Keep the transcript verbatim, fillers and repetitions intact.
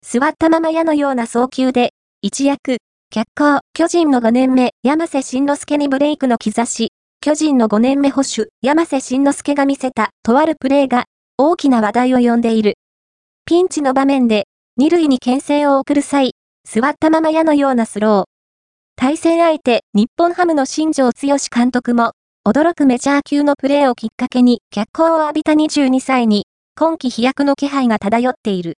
座ったまま矢のような送球で、一躍、脚光、巨人のごねんめ、山瀬慎之介にブレイクの兆し、巨人のごねんめ捕手、山瀬慎之介が見せた、とあるプレーが、大きな話題を呼んでいる。ピンチの場面で、二塁に牽制を送る際、座ったまま矢のようなスロー。対戦相手、日本ハムの新庄剛志監督も、驚くメジャー級のプレーをきっかけに脚光を浴びたにじゅうにさいに、今季飛躍の気配が漂っている。